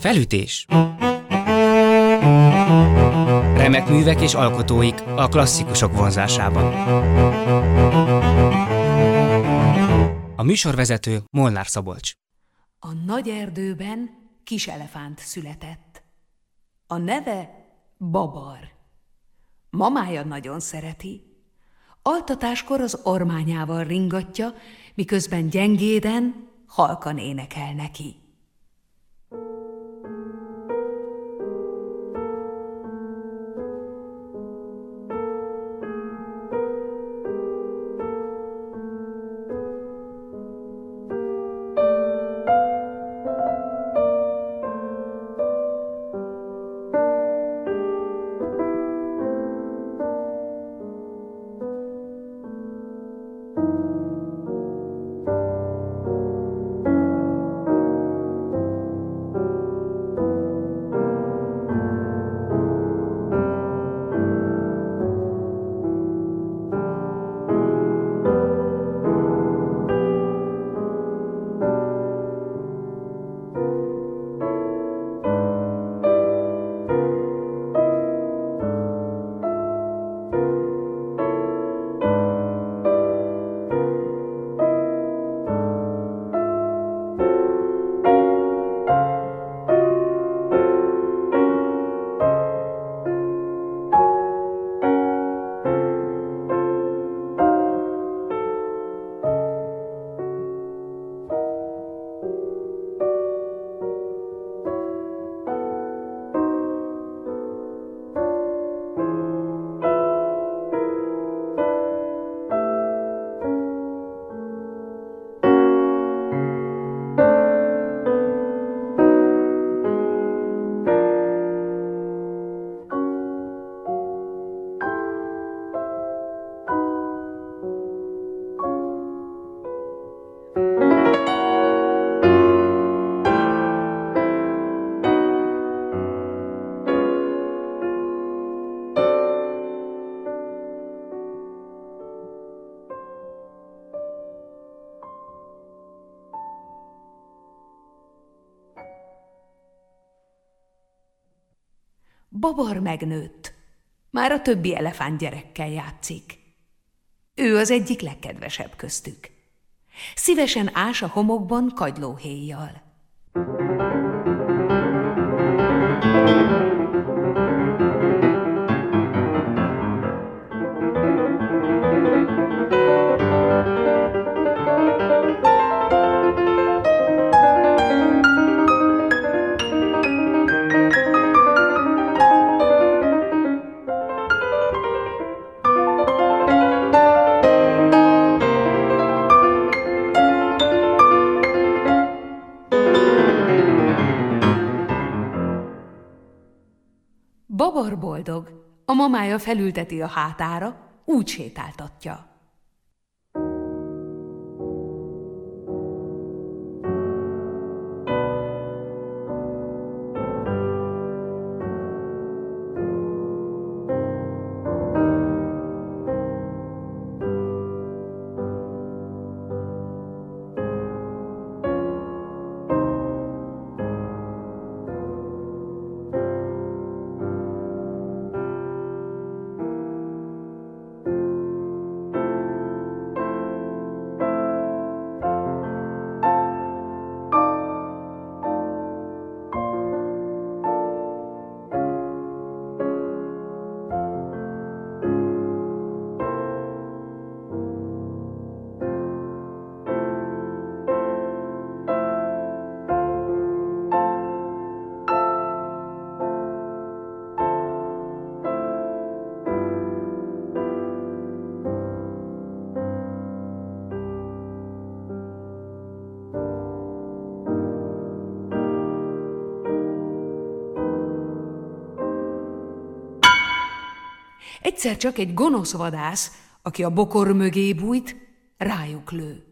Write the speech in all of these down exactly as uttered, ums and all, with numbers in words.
Felütés. Remek művek és alkotóik a klasszikusok vonzásában. A műsorvezető Molnár Szabolcs. A nagy erdőben kis elefánt született. A neve Babar. Mamája nagyon szereti. Altatáskor az ormányával ringatja, miközben gyengéden halkan énekel neki. Babar megnőtt. Már a többi elefánt gyerekkel játszik. Ő az egyik legkedvesebb köztük. Szívesen ás a homokban kagylóhéjjal. Babar boldog, a mamája felülteti a hátára, úgy sétáltatja. Egyszer csak egy gonosz vadász, aki a bokor mögé bújt, rájuk lő.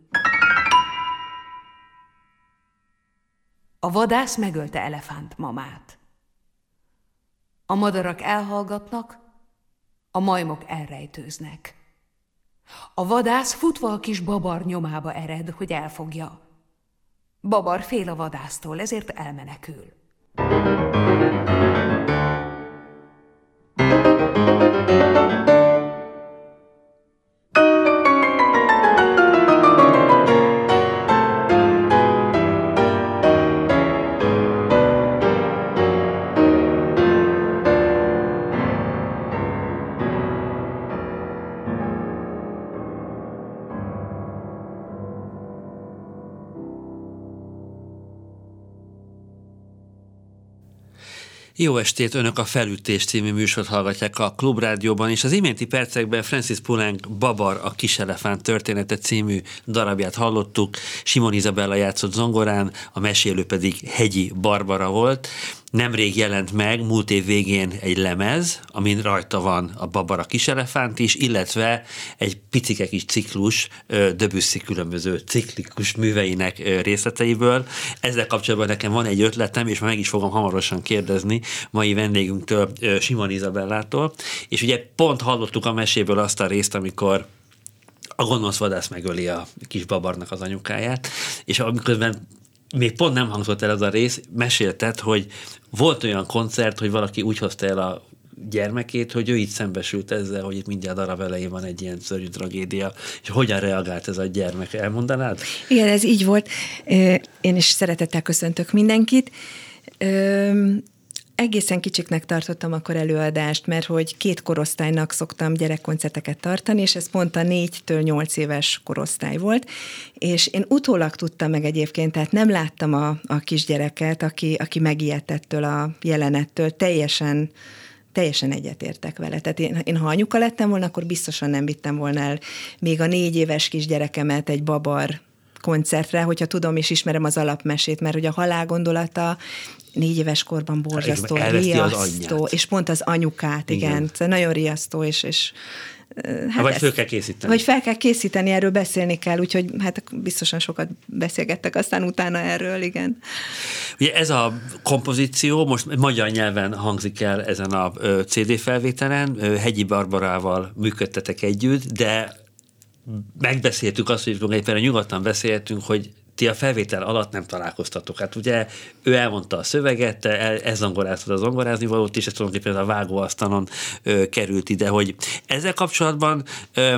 A vadász megölte elefánt mamát. A madarak elhallgatnak, a majmok elrejtőznek. A vadász futva a kis Babar nyomába ered, hogy elfogja. Babar fél a vadásztól, ezért elmenekül. Jó estét, önök a Felütés című műsort hallgatják a Klubrádióban, és az iménti percekben Francis Poulenc Babar a Kiselefánt története című darabját hallottuk. Simon Izabella játszott zongorán, a mesélő pedig Hegyi Barbara volt. Nemrég jelent meg, múlt év végén egy lemez, amin rajta van a Babar a Kiselefánt is, illetve egy picike kis ciklus Debussy különböző ciklikus műveinek részleteiből. Ezzel kapcsolatban nekem van egy ötletem, és már meg is fogom hamarosan kérdezni mai vendégünktől, Simon Izabellától. És ugye pont hallottuk a meséből azt a részt, amikor a gonosz vadász megöli a kis Babarnak az anyukáját, és amiközben még pont nem hangzott el az a rész, mesélted, hogy volt olyan koncert, hogy valaki úgy hozta el a gyermekét, hogy ő így szembesült ezzel, hogy itt mindjárt darab elején van egy ilyen szörnyű tragédia, és hogyan reagált ez a gyermek? Elmondanád? Igen, ez így volt. Én is szeretettel köszöntök mindenkit. Egészen kicsiknek tartottam akkor előadást, mert hogy két korosztálynak szoktam gyerekkoncerteket tartani, és ez pont a négytől nyolc éves korosztály volt, és én utólag tudtam meg egyébként, tehát nem láttam a, a kisgyereket, aki, aki megijedt ettől a jelenettől, teljesen teljesen egyetértek vele. Tehát én, én ha anyuka lettem volna, akkor biztosan nem vittem volna el még a négy éves kisgyerekemet egy Babar koncertre, hogyha tudom és ismerem az alapmesét, mert hogy a halál gondolata négy éves korban borzasztó, riasztó, és pont az anyukát, igen, igen. Nagyon riasztó, és, és hát vagy fel kell készíteni. Vagy fel kell készíteni, erről beszélni kell, úgyhogy hát biztosan sokat beszélgettek aztán utána erről, igen. Ugye ez a kompozíció most magyar nyelven hangzik el ezen a cé dé felvételen, Hegyi Barbarával működtetek együtt, de megbeszéltük azt, hogy éppen nyugodtan beszéltünk, hogy ti a felvétel alatt nem találkoztatok. Hát ugye ő elmondta a szöveget, te elzongoráztad az zongorázni valót, és ez tulajdonképpen a vágóasztalon ö, került ide, hogy ezzel kapcsolatban ö,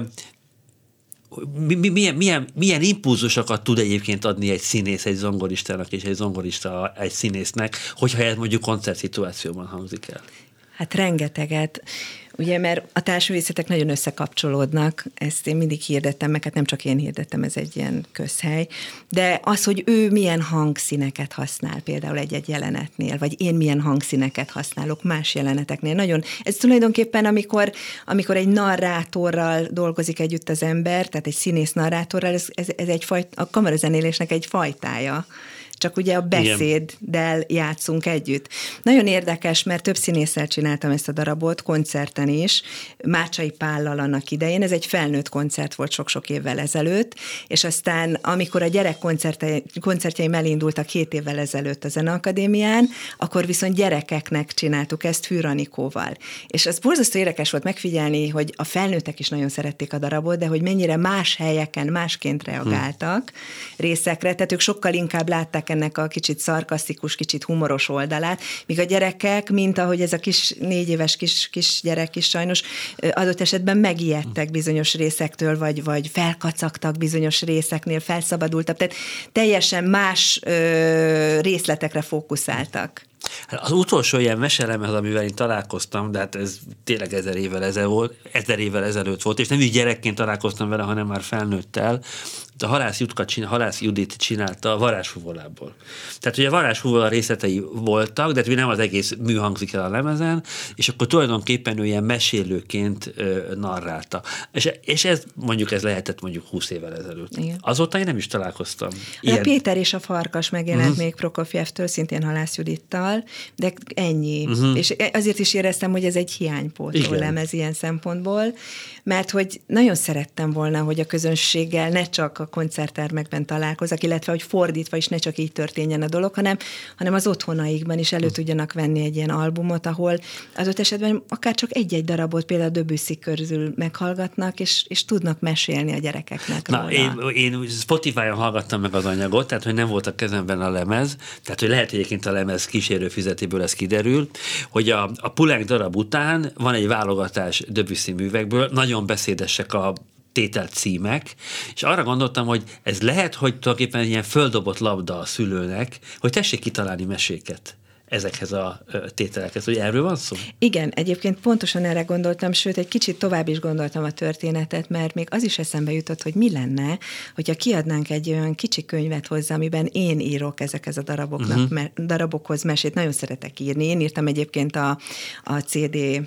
mi, mi, milyen, milyen, milyen impulzusokat tud egyébként adni egy színész egy zongoristának, és egy zongorista egy színésznek, hogyha ez mondjuk koncertszituációban hangzik el? Hát rengeteget. Ugye, mert a társművészetek nagyon összekapcsolódnak, ezt én mindig hirdettem, meg hát nem csak én hirdettem, ez egy ilyen közhely, de az, hogy ő milyen hangszíneket használ például egy-egy jelenetnél, vagy én milyen hangszíneket használok más jeleneteknél. Nagyon, ez tulajdonképpen, amikor, amikor egy narrátorral dolgozik együtt az ember, tehát egy színész narrátorral, ez, ez, ez egy fajta, a kamarazenélésnek egy fajtája. Csak ugye a beszéddel játszunk együtt. Nagyon érdekes, mert több színésszel csináltam ezt a darabot, koncerten is, Mácsai Pállal annak idején, ez egy felnőtt koncert volt sok-sok évvel ezelőtt, és aztán amikor a gyerek koncertjeim elindultak két évvel ezelőtt a Zeneakadémián, akkor viszont gyerekeknek csináltuk ezt Fűr Anikóval. És az borzasztó érdekes volt megfigyelni, hogy a felnőttek is nagyon szerették a darabot, de hogy mennyire más helyeken másként reagáltak hmm. részekre, tehát ők sokkal inkább látták ennek a kicsit szarkasztikus, kicsit humoros oldalát, míg a gyerekek, mint ahogy ez a kis négy éves kis, kis gyerek is sajnos, adott esetben megijedtek bizonyos részektől, vagy, vagy felkacagtak bizonyos részeknél, felszabadultak, tehát teljesen más ö, részletekre fókuszáltak. Az utolsó ilyen meselemhez, amivel én találkoztam, de hát ez tényleg ezer évvel ezelőtt volt, ezer évvel ezelőtt volt, és nem így gyerekként találkoztam vele, hanem már felnőttel. A Halász, Jutka, Halász Judit csinálta a Varázsfuvolából. Tehát ugye a Varázsfuvola részletei voltak, de nem az egész mű hangzik el a lemezen, és akkor tulajdonképpen ő ilyen mesélőként ö, narrálta. És, és ez mondjuk ez lehetett mondjuk húsz évvel ezelőtt. Igen. Azóta én nem is találkoztam. Ilyen... A Péter és a Farkas megjelent uh-huh. még Prokofjevtől, szintén Halász Judittal, de ennyi. Uh-huh. És azért is éreztem, hogy ez egy hiánypótló lemez ilyen szempontból, mert hogy nagyon szerettem volna, hogy a közönséggel ne csak a koncerttermekben találkoznak, illetve hogy fordítva is ne csak így történjen a dolog, hanem, hanem az otthonaikban is elő tudjanak venni egy ilyen albumot, ahol adott esetben akár csak egy-egy darabot például a Debussy körül meghallgatnak, és, és tudnak mesélni a gyerekeknek Na, róla. én, én Spotify-on hallgattam meg az anyagot, tehát hogy nem volt a kezemben a lemez, tehát hogy lehet, hogy egyébként a lemez kísérő füzetéből ez kiderül, hogy a, a Poulenc darab után van egy válogatás Debussy művekből, nagyon beszédesek a tételcímek, és arra gondoltam, hogy ez lehet, hogy tulajdonképpen ilyen földobott labda a szülőnek, hogy tessék kitalálni meséket ezekhez a tételekhez, hogy erről van szó? Igen, egyébként pontosan erre gondoltam, sőt, egy kicsit tovább is gondoltam a történetet, mert még az is eszembe jutott, hogy mi lenne, hogyha kiadnánk egy olyan kicsi könyvet hozzá, amiben én írok ezekhez a daraboknak, uh-huh. me- darabokhoz mesét. Nagyon szeretek írni. Én írtam egyébként a, a cé dé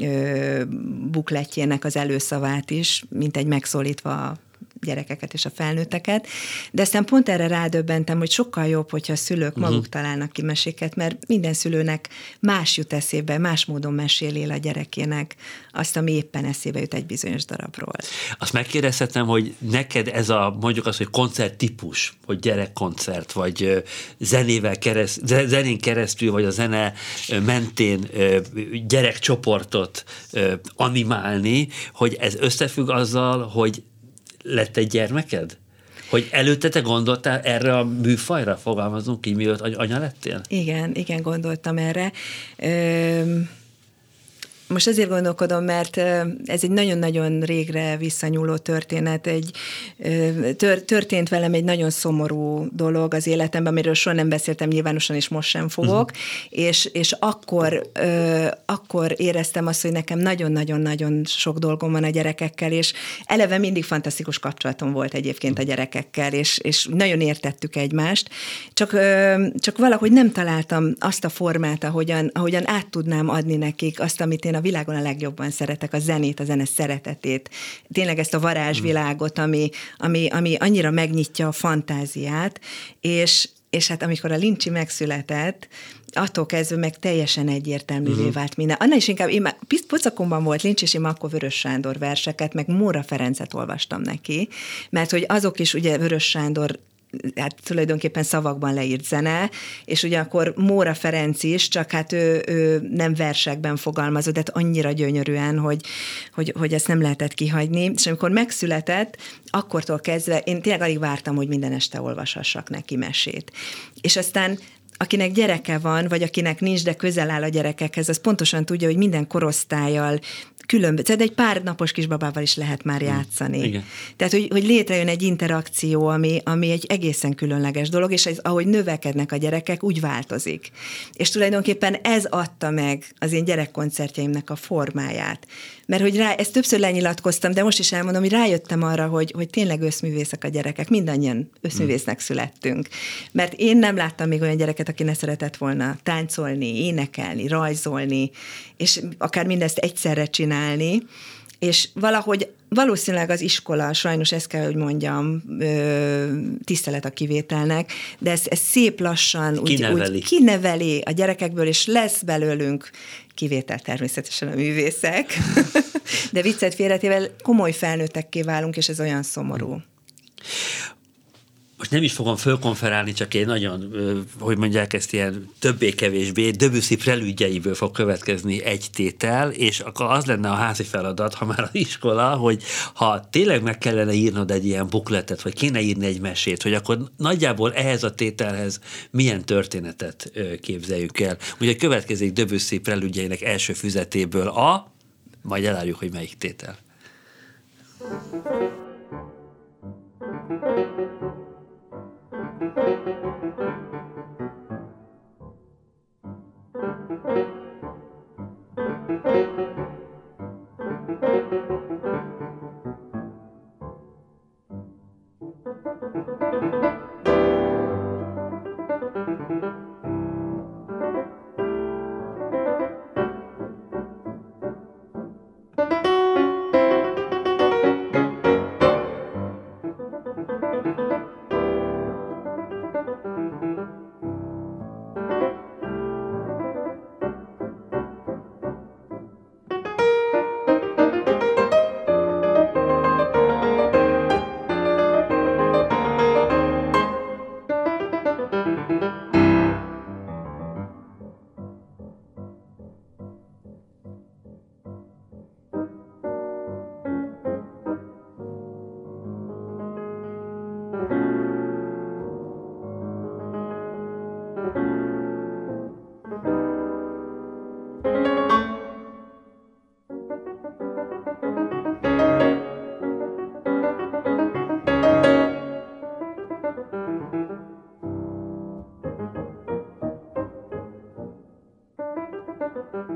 bukletjének az előszavát is, mint egy megszólítva a gyerekeket és a felnőtteket, de aztán pont erre rádöbbentem, hogy sokkal jobb, hogyha a szülők maguk uh-huh. találnak ki meséket, mert minden szülőnek más jut eszébe, más módon mesél a gyerekének azt, ami éppen eszébe jut egy bizonyos darabról. Azt megkérdezhetem, hogy neked ez a, mondjuk az, hogy koncerttípus, hogy gyerekkoncert, vagy zenével kereszt, zenén keresztül, vagy a zene mentén gyerekcsoportot animálni, hogy ez összefügg azzal, hogy lett egy gyermeked? Hogy előtte te gondoltál erre a műfajra, fogalmazunk így, mielőtt anya lettél? Igen, igen, gondoltam erre. Ö... Most azért gondolkodom, mert ez egy nagyon-nagyon régre visszanyúló történet. Egy, történt velem egy nagyon szomorú dolog az életemben, amiről soha nem beszéltem nyilvánosan, és most sem fogok, uh-huh. és, és akkor, akkor éreztem azt, hogy nekem nagyon-nagyon-nagyon sok dolgom van a gyerekekkel, és eleve mindig fantasztikus kapcsolatom volt egyébként a gyerekekkel, és, és nagyon értettük egymást, csak, csak valahogy nem találtam azt a formát, ahogyan, ahogyan át tudnám adni nekik azt, amit én a világon a legjobban szeretek, a zenét, a zene szeretetét, tényleg ezt a varázsvilágot, ami, ami, ami annyira megnyitja a fantáziát, és, és hát amikor a Lincsi megszületett, attól kezdve meg teljesen egyértelművé uh-huh. vált minden. Annál is inkább, én már pocakomban volt Lincsi, és én már akkor Vörös Sándor verseket, meg Móra Ferencet olvastam neki, mert hogy azok is ugye Vörös Sándor hát tulajdonképpen szavakban leírt zene, és ugye akkor Móra Ferenc is, csak hát ő, ő nem versekben fogalmazott, de annyira gyönyörűen, hogy, hogy, hogy ezt nem lehetett kihagyni, és amikor megszületett, akkortól kezdve én tényleg alig vártam, hogy minden este olvashassak neki mesét. És aztán akinek gyereke van, vagy akinek nincs, de közel áll a gyerekekhez, az pontosan tudja, hogy minden korosztállyal különböző, de egy pár napos kisbabával is lehet már játszani. Igen. Tehát, hogy, hogy létrejön egy interakció, ami, ami egy egészen különleges dolog, és ez, ahogy növekednek a gyerekek, úgy változik. És tulajdonképpen ez adta meg az én gyerekkoncertjeimnek a formáját. Mert hogy rá, ezt többször lenyilatkoztam, de most is elmondom, hogy rájöttem arra, hogy, hogy tényleg összművészek a gyerekek. Mindannyian összművésznek születtünk. Mert én nem láttam még olyan gyereket, aki ne szeretett volna táncolni, énekelni, rajzolni, és akár mindezt egyszerre csinálni, és valahogy valószínűleg az iskola, sajnos ezt kell, hogy mondjam, tisztelet a kivételnek, de ez, ez szép lassan kineveli. Úgy, úgy kineveli a gyerekekből, és lesz belőlünk, kivétel természetesen a művészek, de viccet félretével komoly felnőttekké válunk, és ez olyan szomorú. Most nem is fogom fölkonferálni, csak én nagyon, hogy mondják ezt, ilyen többé-kevésbé Debussy prelüdjeiből fog következni egy tétel, és akkor az lenne a házi feladat, ha már az iskola, hogy ha tényleg meg kellene írnod egy ilyen bukletet, vagy kéne írni egy mesét, hogy akkor nagyjából ehhez a tételhez milyen történetet képzeljük el. Ugye következik Debussy prelüdjeinek első füzetéből a, majd elárjuk, hogy melyik tétel.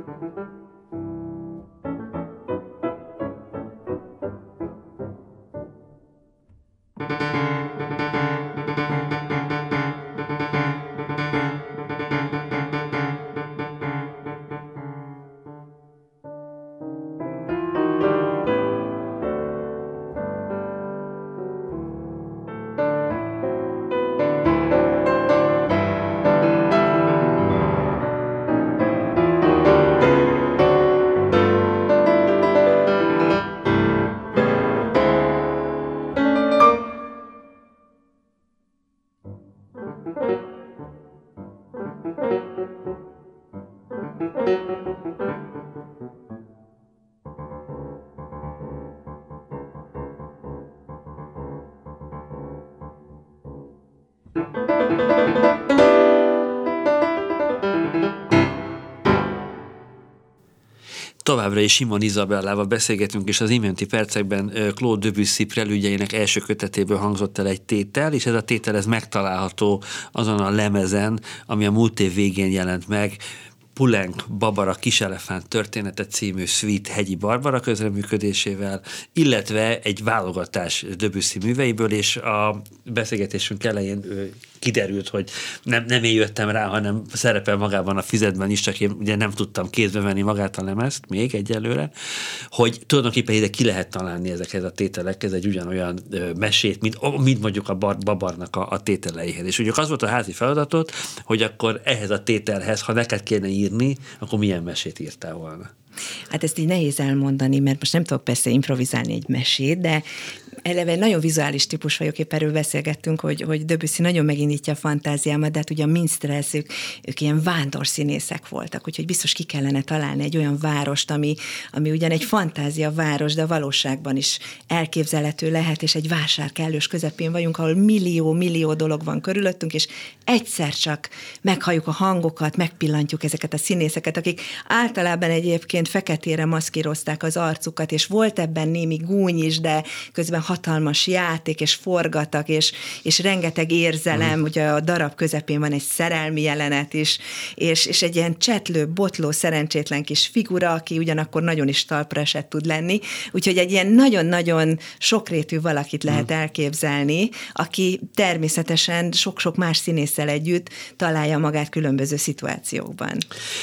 Továbbra is Simon Izabellával beszélgetünk, és az iménti percekben Claude Debussy prelüdjeinek első kötetéből hangzott el egy tétel, és ez a tétel ez megtalálható azon a lemezen, ami a múlt év végén jelent meg, Poulenc Babara Kiselefánt története című Suite Hegyi Barbara közreműködésével, illetve egy válogatás Debussy műveiből, és a beszélgetésünk elején kiderült, hogy nem, nem én jöttem rá, hanem szerepel magában a füzetben is, csak én ugye nem tudtam kézbe venni magát a lemezt, még egyelőre, hogy tulajdonképpen ide ki lehet találni ezekhez a tételekhez egy ugyanolyan ö, mesét, mint, mint mondjuk a bar, Babarnak a, a tételeihez. És ugye az volt a házi feladatot, hogy akkor ehhez a tételhez, ha neked kéne írni, akkor milyen mesét írtál volna? Hát ezt így nehéz elmondani, mert most nem tudok persze improvizálni egy mesét, de eleve nagyon vizuális típus vagyok, épp erről beszélgettünk, hogy, hogy Debussy nagyon megindítja a fantáziámat, de hát ugye a minstrels, ők, ők ilyen vándorszínészek voltak, úgyhogy biztos ki kellene találni egy olyan várost, ami, ami ugyan egy fantázia város, de a valóságban is elképzelhető lehet, és egy vásár kellős közepén vagyunk, ahol millió-millió dolog van körülöttünk, és egyszer csak meghalljuk a hangokat, megpillantjuk ezeket a színészeket, akik általában egyébként feketére maszkírozták az arcukat, és volt ebben némi gúny is, de közben hatalmas játék, és forgatak, és, és rengeteg érzelem, mm. ugye a darab közepén van egy szerelmi jelenet is, és, és egy ilyen csetlő, botló, szerencsétlen kis figura, aki ugyanakkor nagyon is talpra esett tud lenni, úgyhogy egy ilyen nagyon-nagyon sokrétű valakit lehet mm. elképzelni, aki természetesen sok-sok más színésszel együtt találja magát különböző szituációkban.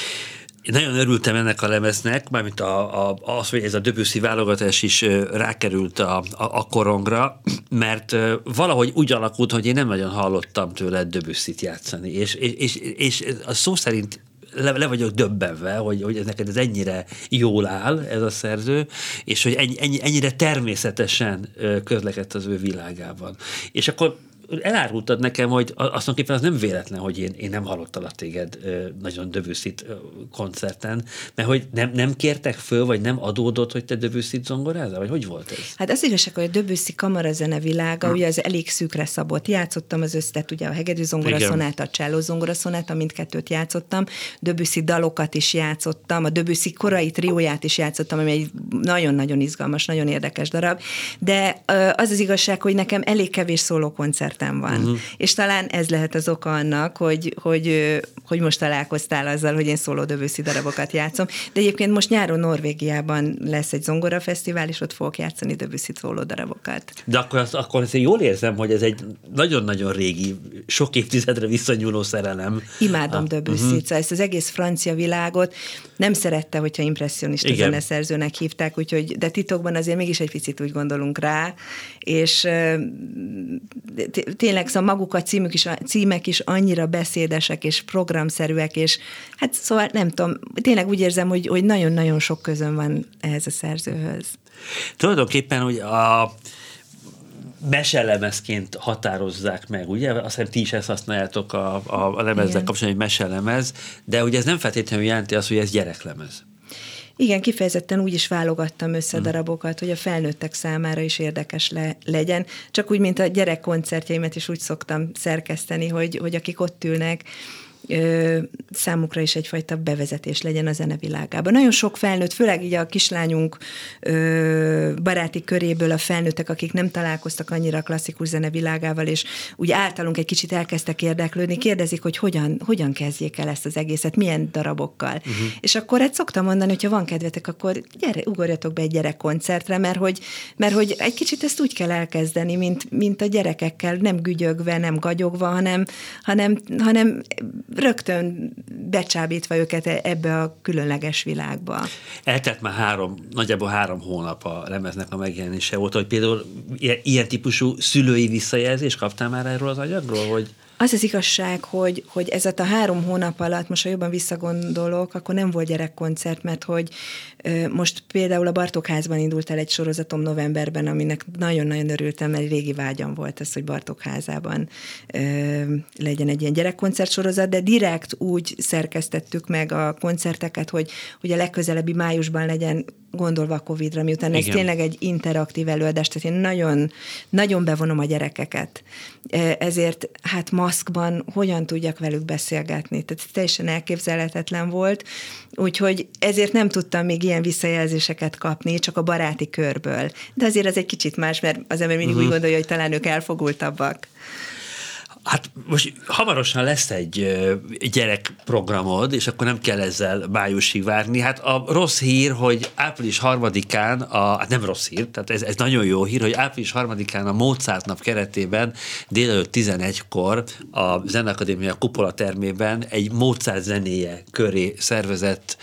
Én nagyon örültem ennek a lemeznek, mármint a, a, az, hogy ez a Debussy válogatás is rákerült a, a, a korongra, mert valahogy úgy alakult, hogy én nem nagyon hallottam tőle Debussyt játszani, és, és, és, és a szó szerint le, le vagyok döbbenve, hogy, hogy ez neked ez ennyire jól áll, ez a szerző, és hogy ennyi, ennyire természetesen közlekedt az ő világában. És akkor elárultad nekem, hogy azt tulajdonképpen az nem véletlen, hogy én, én nem hallottalak téged nagyon Debussyt koncerten, mert hogy nem, nem kértek föl, vagy nem adódott, hogy te Debussyt zongorázol, vagy hogy volt ez? Hát az igazság, hogy a Debussy kamarazene világa, ugye az elég szűkre szabott. Játszottam az összet, ugye a hegedű zongoraszonáta, a cselló zongoraszonáta, mindkettőt játszottam, Debussy dalokat is játszottam, a Debussy korai trióját is játszottam, ami egy nagyon-nagyon izgalmas, nagyon érdekes darab, de az az igazság, hogy nekem elég kevés szólókoncert van. Uh-huh. És talán ez lehet az oka annak, hogy, hogy, hogy most találkoztál azzal, hogy én szóló Debussy darabokat játszom. De egyébként most nyáron Norvégiában lesz egy zongorafesztivál, és ott fogok játszani Debussy szóló darabokat. De akkor, azt, akkor azt én jól érzem, hogy ez egy nagyon-nagyon régi, sok évtizedre visszanyúló szerelem. Imádom ah, Debussyt, uh-huh. szóval ezt az egész francia világot nem szerette, hogyha impresszionista zeneszerzőnek hívták, úgyhogy, de titokban azért mégis egy picit úgy gondolunk rá, és tényleg szóval maguk a címük is, címek is annyira beszédesek és programszerűek, és hát szóval nem tudom, tényleg úgy érzem, hogy, hogy nagyon-nagyon sok közön van ehhez a szerzőhöz. Tulajdonképpen, hogy a meselemezként határozzák meg, ugye? Azt hiszem, ti is ezt használjátok a, a, a lemezzel kapcsolatban, hogy meselemez, de ugye ez nem feltétlenül jelenti azt, hogy ez gyereklemez. Igen, kifejezetten úgy is válogattam össze darabokat, hogy a felnőttek számára is érdekes le, legyen. Csak úgy, mint a gyerekkoncertjeimet is úgy szoktam szerkeszteni, hogy, hogy akik ott ülnek, ö, számukra is egyfajta bevezetés legyen a zenevilágában. Nagyon sok felnőtt, főleg így a kislányunk ö, baráti köréből a felnőttek, akik nem találkoztak annyira a klasszikus zenevilágával, és úgy általunk egy kicsit elkezdtek érdeklődni, kérdezik, hogy hogyan, hogyan kezdjék el ezt az egészet, milyen darabokkal. Uh-huh. És akkor hát szoktam mondani, hogy ha van kedvetek, akkor gyere, ugorjatok be egy gyerekkoncertre, mert hogy, mert hogy egy kicsit ezt úgy kell elkezdeni, mint, mint a gyerekekkel, nem gügyögve, nem gagyogva, hanem, hanem, hanem rögtön becsábítva őket ebbe a különleges világba. Eltelt már három, nagyjából három hónap a lemeznek a megjelenése óta, hogy például ilyen, ilyen típusú szülői visszajelzést kaptál már erről az anyagról, hogy... Az az igazság, hogy, hogy ez a három hónap alatt, most ha jobban visszagondolok, akkor nem volt gyerekkoncert, mert hogy ö, most például a Bartókházban indult el egy sorozatom novemberben, aminek nagyon-nagyon örültem, mert régi vágyam volt ez, hogy Bartókházában ö, legyen egy ilyen gyerekkoncert sorozat, de direkt úgy szerkesztettük meg a koncerteket, hogy, hogy a legközelebbi májusban legyen gondolva a Covidra, miután ez tényleg egy interaktív előadás, tehát én nagyon, nagyon bevonom a gyerekeket. Ezért hát maszkban hogyan tudjak velük beszélgetni? Tehát teljesen elképzelhetetlen volt, úgyhogy ezért nem tudtam még ilyen visszajelzéseket kapni, csak a baráti körből. De azért az egy kicsit más, mert az ember mindig uh-huh. úgy gondolja, hogy talán ők elfogultabbak. Hát most hamarosan lesz egy gyerekprogramod, és akkor nem kell ezzel májusig várni. Hát a rossz hír, hogy április harmadikán, a, hát nem rossz hír, tehát ez, ez nagyon jó hír, hogy április harmadikán a Mozart nap keretében délelőtt tizenegykor a Zeneakadémia Kupola termében egy Mozart zenéje köré szervezett,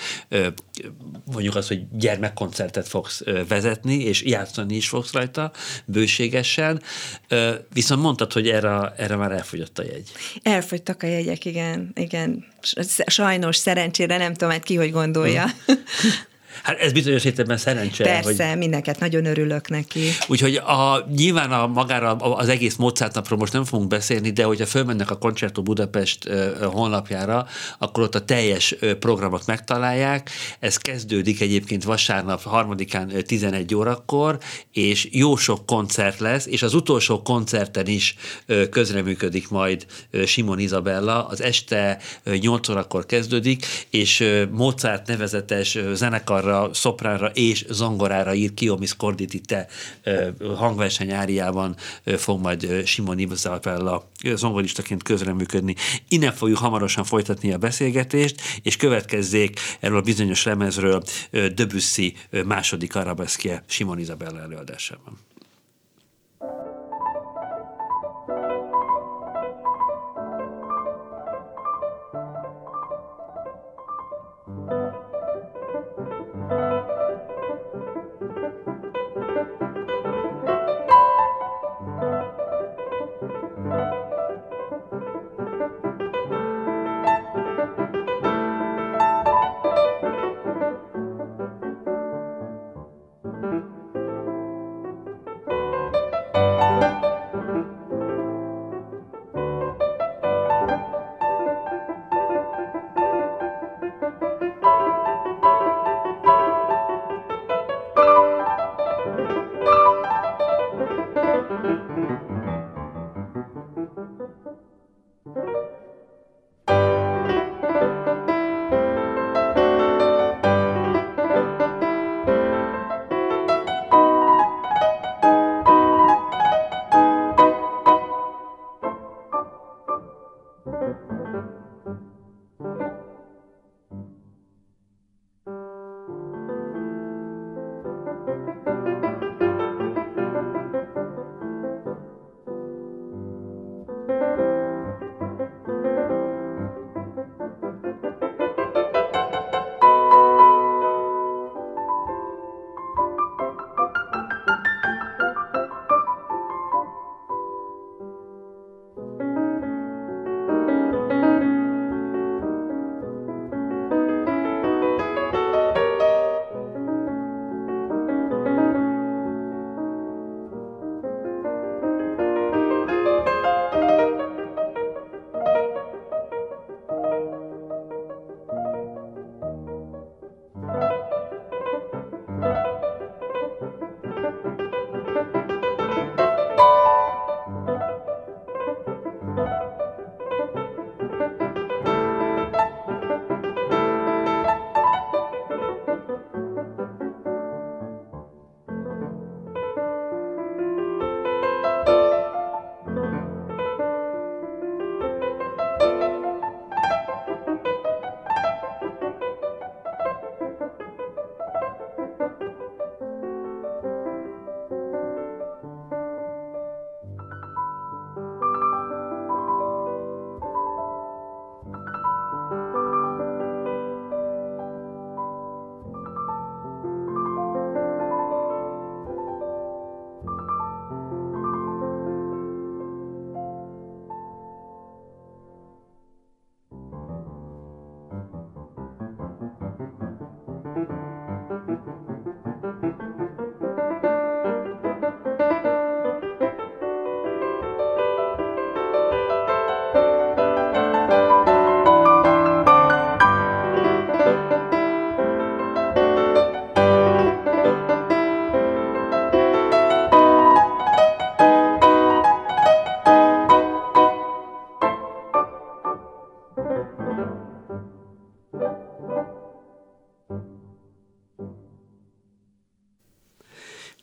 mondjuk azt, hogy gyermekkoncertet fogsz vezetni, és játszani is fogsz rajta bőségesen. Viszont mondtad, hogy erre, erre már elfogyott a jegy. Elfogytak a jegyek, igen. igen. Sajnos, szerencsére, nem tudom, hát ki hogy gondolja. Hát ez bizonyos értelemben szerencse. Persze, hogy... mindenket, nagyon örülök neki. Úgyhogy a, nyilván a, magára az egész Mozart napról most nem fogunk beszélni, de hogyha fölmennek a Concerto Budapest honlapjára, akkor ott a teljes programot megtalálják. Ez kezdődik egyébként vasárnap harmadikán tizenegy órakor, és jó sok koncert lesz, és az utolsó koncerten is közreműködik majd Simon Izabella. Az este nyolc órakor kezdődik, és Mozart nevezetes zenekar szopránra és zongorára ír Kiomis Korditite hangverseny áriában fog majd Simon Izabella zongoristaként közreműködni. Innen fogjuk hamarosan folytatni a beszélgetést, és következzék erről a bizonyos lemezről Debussy második arabeszkje Simon Izabella előadásában.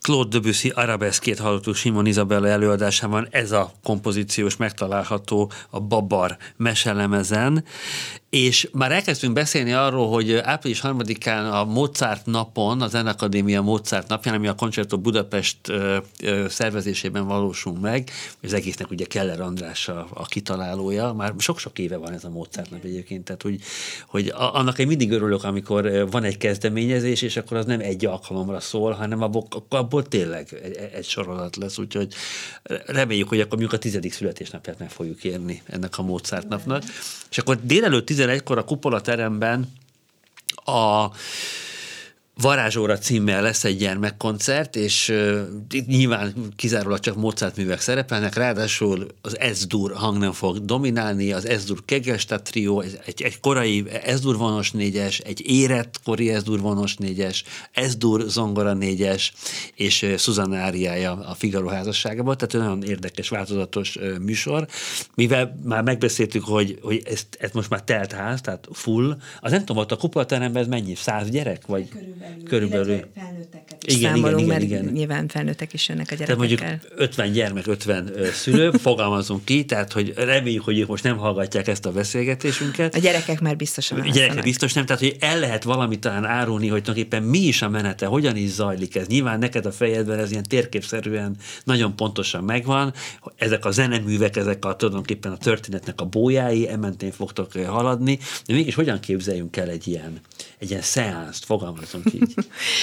Claude Debussy arabeszkét hallottuk Simon Izabella előadásában, ez a kompozíciós megtalálható a Babar meselemezen, és már elkezdtünk beszélni arról, hogy április harmadikán a Mozart napon, a Zenakadémia Mozart napján, ami a Concerto Budapest ö, ö, szervezésében valósul meg, az egésznek ugye Keller András a, a kitalálója, már sok-sok éve van ez a Mozart nap egyébként, tehát hogy, hogy annak én mindig örülök, amikor van egy kezdeményezés, és akkor az nem egy alkalomra szól, hanem abból, abból tényleg egy, egy sorozat lesz, úgyhogy reméljük, hogy akkor mondjuk a tizedik születésnapját meg fogjuk érni ennek a Mozart napnak. És akkor délelőtt tizenegykor a Kupola teremben a Varázsóra címmel lesz egy gyermekkoncert, és uh, nyilván kizárólag csak Mozart művek szerepelnek, ráadásul az Es-dur hang nem fog dominálni, az Es-dur Kegelstadt trió, egy, egy korai Es-dur vonos négyes, egy érett kori Es-dur vonos négyes, Es-dur zongora négyes, és uh, Susanna áriája a Figaro házasságában, tehát nagyon érdekes, változatos uh, műsor. Mivel már megbeszéltük, hogy, hogy ez, ez most már telt ház, tehát full, az nem tudom, ott a Kupola teremben ez mennyi? Száz gyerek? Vagy Körülbelül. Körülbelül. Felnőtteket is igen, számolunk, igen, mert igen, igen. nyilván felnőttek is jönnek a gyerekekkel. Tehát mondjuk ötven gyermek, ötven szülő, fogalmazunk ki, tehát hogy reméljük, hogy ők most nem hallgatják ezt a beszélgetésünket. A gyerekek már biztosan A gyerekek biztos nem, tehát hogy el lehet valamit talán árulni, hogy tulajdonképpen mi is a menete, hogyan is zajlik ez. Nyilván neked a fejedben ez ilyen térképszerűen nagyon pontosan megvan. Ezek a zeneművek, ezek a tulajdonképpen a történetnek a bójái, ementén fogtok haladni, de mégis hogyan képzeljünk el egy ilyen, egy ilyen szeánszt, fogalmazunk így.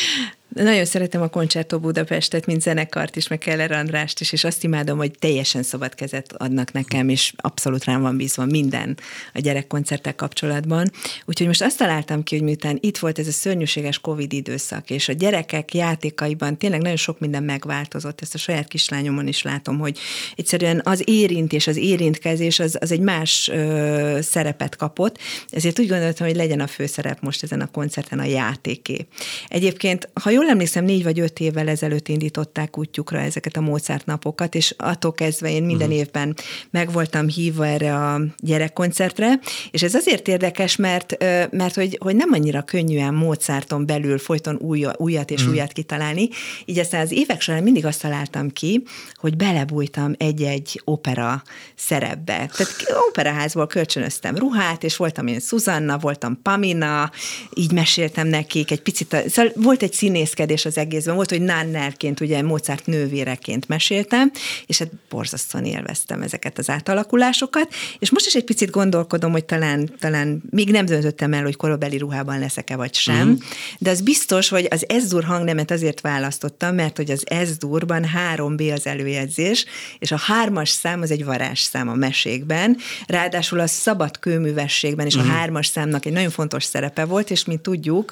Nagyon szeretem a Concerto Budapestet, mint zenekart is, meg Keller Andrást is, és azt imádom, hogy teljesen szabad kezet adnak nekem, és abszolút rám van bízva minden a gyerekkoncerttel kapcsolatban. Úgyhogy most azt találtam ki, hogy miután itt volt ez a szörnyűséges Covid időszak, és a gyerekek játékaiban tényleg nagyon sok minden megváltozott, ezt a saját kislányomon is látom, hogy egyszerűen az érintés, az érintkezés az, az egy más ö, szerepet kapott, ezért úgy gondoltam, hogy legyen a főszerep most ezen a koncerten a játéké. Egyébként, ha jól emlékszem, négy vagy öt évvel ezelőtt indították útjukra ezeket a Mozart napokat, és attól kezdve én minden uh-huh. évben meg voltam hívva erre a gyerekkoncertre, és ez azért érdekes, mert, mert hogy, hogy nem annyira könnyűen Mozarton belül folyton új, újat és uh-huh. újat kitalálni, így aztán az évek során mindig azt találtam ki, hogy belebújtam egy-egy opera szerepbe. Tehát operaházból kölcsönöztem ruhát, és voltam én Susanna, voltam Pamina, így meséltem nekik egy picit, a, szóval volt egy színészkedés az egészben, volt, hogy Nannerként, ugye Mozart nővéreként meséltem, és hát borzasztóan élveztem ezeket az átalakulásokat, és most is egy picit gondolkodom, hogy talán, talán még nem döntöttem el, hogy korabeli ruhában leszek-e vagy sem, uh-huh. de az biztos, hogy az Es-dur hangnemet azért választottam, mert hogy az Es-durban három bé az előjegyzés, és a hármas szám az egy varázsszám a mesékben, ráadásul a szabad kőművességben is uh-huh. a hármas számnak egy nagyon fontos szerepe volt, és mint tudjuk,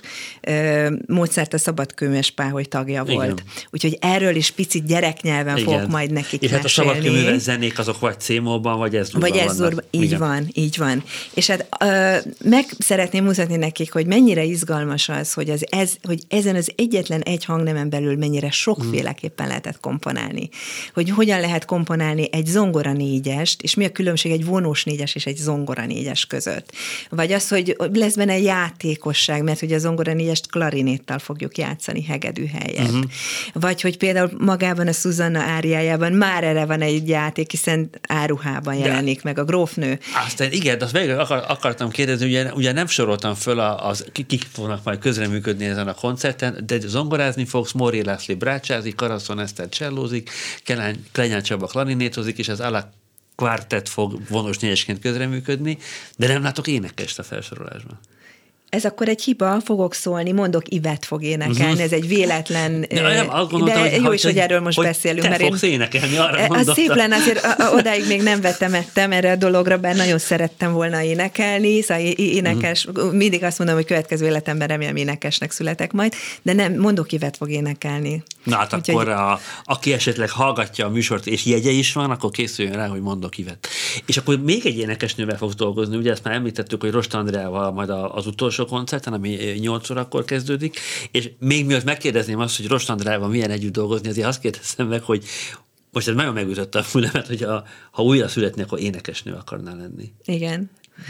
Mozart a szabadkőműves páholy tagja volt. Igen. Úgyhogy erről is picit gyereknyelven Igen. fogok majd nekik és mesélni. És hát a szabadkőműves zenék azok vagy C-molban, vagy Es-durban Vagy Es-durban, így Igen. van, így van. És hát ö, meg szeretném mutatni nekik, hogy mennyire izgalmas az, hogy, az ez, hogy ezen az egyetlen egy hangnemen belül mennyire sokféleképpen hmm. lehetett komponálni. Hogy hogyan lehet komponálni egy zongora négyest, és mi a különbség egy vonós négyes és egy zongora négyes között. Vagy az, hogy lesz benne játékosság, mert ugye a zongora négyest klarinéttal fogjuk játszani hegedű helyett. Uh-huh. Vagy hogy például magában a Susanna áriájában már erre van egy játék, hiszen áruhában jelenik de, meg a grófnő. Aztán igen, azt végül akar, akartam kérdezni, ugye, ugye nem soroltam föl, az, kik fognak majd közreműködni ezen a koncerten, de zongorázni fogsz, Móri László brácsázik, Karaszon Eszter csellózik, Klenyán Csaba klarinétozik, és az Ala Quartet fog vonós négyesként közreműködni, de nem látok énekest a felsorolásban. Ez akkor egy hiba, fogok szólni, mondok, Ivett fog énekelni, uh-huh. ez egy véletlen, de, nem, gondoltam, de hogy jó is, hogy erről most hogy beszélünk. Te mert fogsz én, énekelni, arra mondottam. Az szép lenne, azért a, a, odáig még nem vetemettem erre a dologra, bár nagyon szerettem volna énekelni, szóval énekes, uh-huh. mindig azt mondom, hogy következő életemben remélem énekesnek születek majd, de nem, mondok, Ivett fog énekelni. Na hát Úgyhogy... akkor a, aki esetleg hallgatja a műsort, és jegye is van, akkor készüljön rá, hogy mondok Ivett. És akkor még egy énekesnővel fogsz dolgozni, ugye ezt már említettük, hogy Rost Andreával majd az utolsó koncerten, ami nyolc órakor kezdődik, és még miatt megkérdezném azt, hogy Rost Andrával milyen együtt dolgozni, azért azt kérdezem meg, hogy most ez nagyon megütötte a fülemet, hogy a, ha újra születni, akkor énekesnő akarnál lenni. Igen. De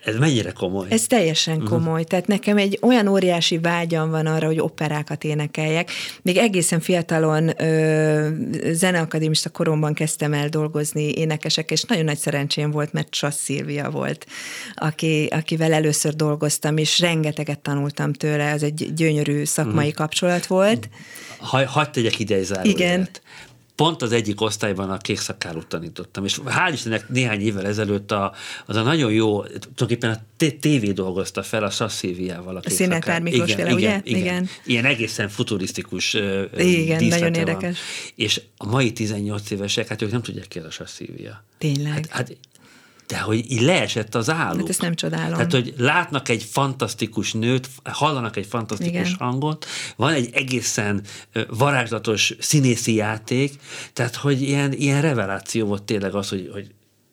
Ez mennyire komoly? Ez teljesen komoly. Uh-huh. Tehát nekem egy olyan óriási vágyam van arra, hogy operákat énekeljek. Még egészen fiatalon ö, zeneakadémista koromban kezdtem el dolgozni énekesek, és nagyon nagy szerencsém volt, mert Csasz Szilvia volt, aki, akivel először dolgoztam, és rengeteget tanultam tőle, ez egy gyönyörű szakmai uh-huh. kapcsolat volt. Ha, hagyd tegyek ide egy zárójelet. Igen. Pont az egyik osztályban a kékszakálút tanítottam, és hál' Istennek néhány évvel ezelőtt a, az a nagyon jó, tulajdonképpen a tévé dolgozta fel a Csasz Szilviával a kékszakálút. Színetár Miklós féle, ugye? Igen, igen. Ilyen egészen futurisztikus igen, nagyon érdekes. Van. És a mai tizennyolc évesek, hát ők nem tudják ki, a Csasz Szilvia. Tényleg? Hát, hát de hogy így leesett az álluk. Hát ezt nem csodálom. Tehát, hogy látnak egy fantasztikus nőt, hallanak egy fantasztikus igen. hangot, van egy egészen varázslatos színészi játék, tehát, hogy ilyen, ilyen reveláció volt tényleg az, hogy, hogy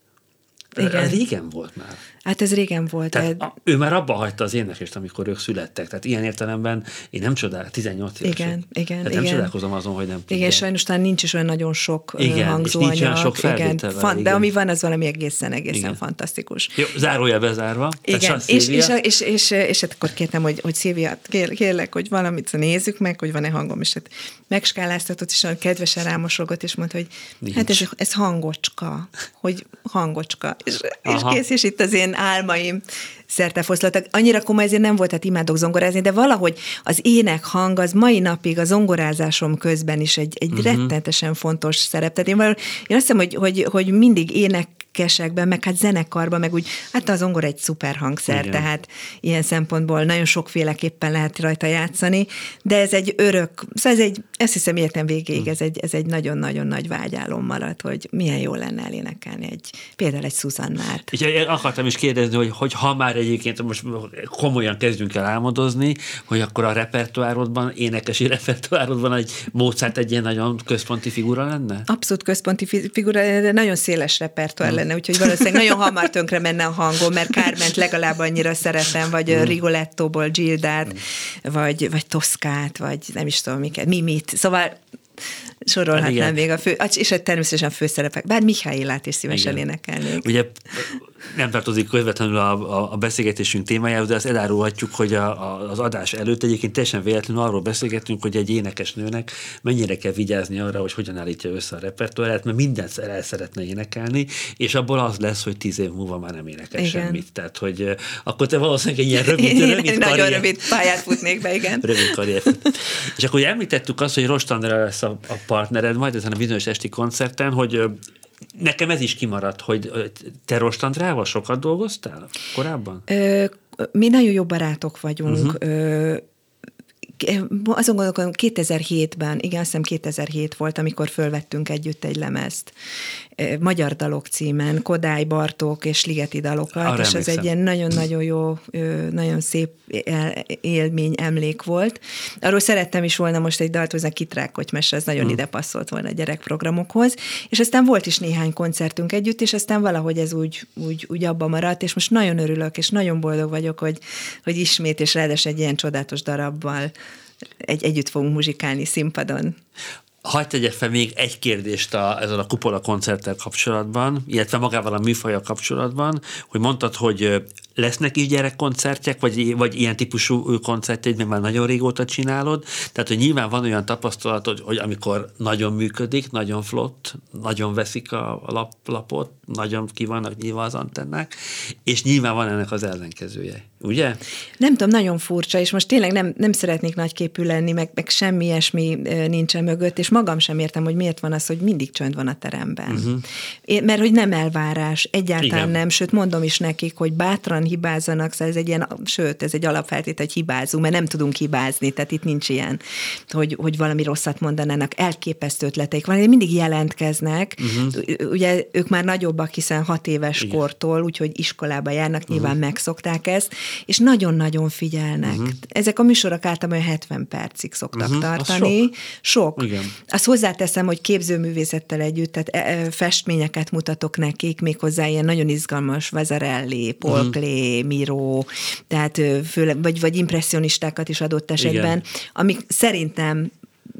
igen. régen volt már. Hát ez régen volt. Tehát a, ő már abba hagyta az éneklést, amikor ők születtek. Tehát ilyen értelemben én nem csodálkozom, tizennyolc évesek. Igen, igen, Tehát igen. nem csodálkozom azon, hogy nem tudják. Igen, sajnos talán nincs is olyan nagyon sok igen, hangzóanyag. És nincs olyan sok felvétel. Igen, fan, de ami van, az valami egészen, egészen igen. fantasztikus. Jó, zárója bezárva. Igen, és, és, és, és, és hát akkor kértem, hogy, hogy Szilvia, kér, kérlek, hogy valamit nézzük meg, hogy van-e hangom, és hát megskáláztatott, és olyan kedvesen rámosolgott, és mondta, hogy nincs. Hát ez, ez hangocska, hogy hangocska. És, és kész, és itt az én álmaim szertefoszlatak. Annyira komoly ezért nem volt, tehát imádok zongorázni, de valahogy az énekhang az mai napig a zongorázásom közben is egy, egy uh-huh. rettenetesen fontos szerep. Tehát én, valami, én azt hiszem, hogy, hogy, hogy mindig énekesekben, meg hát zenekarban, meg úgy, hát a zongora egy szuper hangszer, igen. tehát ilyen szempontból nagyon sokféleképpen lehet rajta játszani, de ez egy örök, szóval ez egy, ezt hiszem értem végéig, ez egy, ez egy nagyon-nagyon nagy vágyálom maradt, hogy milyen jó lenne elénekelni egy, például egy Szuzannát. És akartam is kérdezni, hogy, hogy ha már egyébként most komolyan kezdünk el álmodozni, hogy akkor a repertoárodban, énekesi repertoárodban egy Mozart egy ilyen nagyon központi figura lenne? Abszolút központi figura, de nagyon széles repertoár hmm. lenne, úgyhogy valószínűleg nagyon hamar tönkre menne a hangom, mert Carment legalább annyira szeretem, vagy hmm. Rigolettóból Gildát, hmm. vagy, vagy Toszkát, vagy nem is tudom miket, Mimit, szóval sorolhatnám még a fő, és természetesen főszerepek, bár Mihályilát is szívesen igen. énekelnék. Ugye nem tartozik közvetlenül a, a, a beszélgetésünk témájához, de azt elárulhatjuk, hogy a, a, az adás előtt egyébként teljesen véletlenül arról beszélgettünk, hogy egy énekesnőnek mennyire kell vigyázni arra, hogy hogyan állítja össze a repertoárját, mert mindent el szeretne énekelni, és abból az lesz, hogy tíz év múlva már nem énekel igen. semmit. Tehát, hogy akkor te valószínűleg egy ilyen rövid, rövid karrier... Nagyon rövid pályát futnék be, igen. Rövid karrier. És akkor említettük azt, hogy Rost Andrea lesz a, a partnered majd ezen a bizonyos esti koncerten, hogy nekem ez is kimaradt, hogy te Rost Andreával sokat dolgoztál korábban? Ö, mi nagyon jó barátok vagyunk. Uh-huh. Ö, azon gondolkodom, kétezer-hétben, igen, azt hiszem kétezer-hét volt, amikor fölvettünk együtt egy lemezt. Magyar dalok címen, Kodály Bartók és Ligeti dalokat, arra és emlékszem. Ez egy ilyen nagyon-nagyon jó, nagyon szép élmény, emlék volt. Arról szerettem is volna most egy dalt hozni, Kitrákotymese, ez nagyon hmm. ide passzolt volna a gyerekprogramokhoz, és aztán volt is néhány koncertünk együtt, és aztán valahogy ez úgy, úgy, úgy abba maradt, és most nagyon örülök, és nagyon boldog vagyok, hogy, hogy ismét, és ráadásul egy ilyen csodálatos darabbal egy, együtt fogunk muzsikálni színpadon. Hadd tegyek fel még egy kérdést a, ezzel a Kupola koncerttel kapcsolatban, illetve magával a műfajjal kapcsolatban, hogy mondtad, hogy lesznek is gyerekkoncertjek, vagy, vagy ilyen típusú koncertjeid, mert már nagyon régóta csinálod, tehát hogy nyilván van olyan tapasztalatod, hogy amikor nagyon működik, nagyon flott, nagyon veszik a lap, lapot, nagyon ki vannak nyilván az antennák, és nyilván van ennek az ellenkezője, ugye? Nem tudom, nagyon furcsa, és most tényleg nem, nem szeretnék nagyképű lenni, meg, meg semmi ilyesmi nincsen mögött, és magam sem értem, hogy miért van az, hogy mindig csönd van a teremben. Uh-huh. Én, mert hogy nem elvárás, egyáltalán igen. nem, sőt mondom is nekik, hogy bátran hibázzanak, szóval ez egy ilyen, sőt, ez egy alapfeltétel, hogy hibázunk, mert nem tudunk hibázni, tehát itt nincs ilyen, hogy, hogy valami rosszat mondanának, elképesztő ötleteik van, de mindig jelentkeznek, uh-huh. ugye ők már nagyobbak, hiszen hat éves igen. kortól, úgyhogy iskolába járnak, nyilván uh-huh. megszokták ezt, és nagyon-nagyon figyelnek. Uh-huh. Ezek a műsorok általában hetven percig szoktak uh-huh. tartani. Sok. sok. Igen. Azt hozzáteszem, hogy képzőművészettel együtt, tehát festményeket mutatok nekik, méghozzá ilyen nagyon izgalmas Vasarely, Paul uh-huh. Klee, Miro, tehát főleg, vagy, vagy impresszonistákat is adott esetben, igen. amik szerintem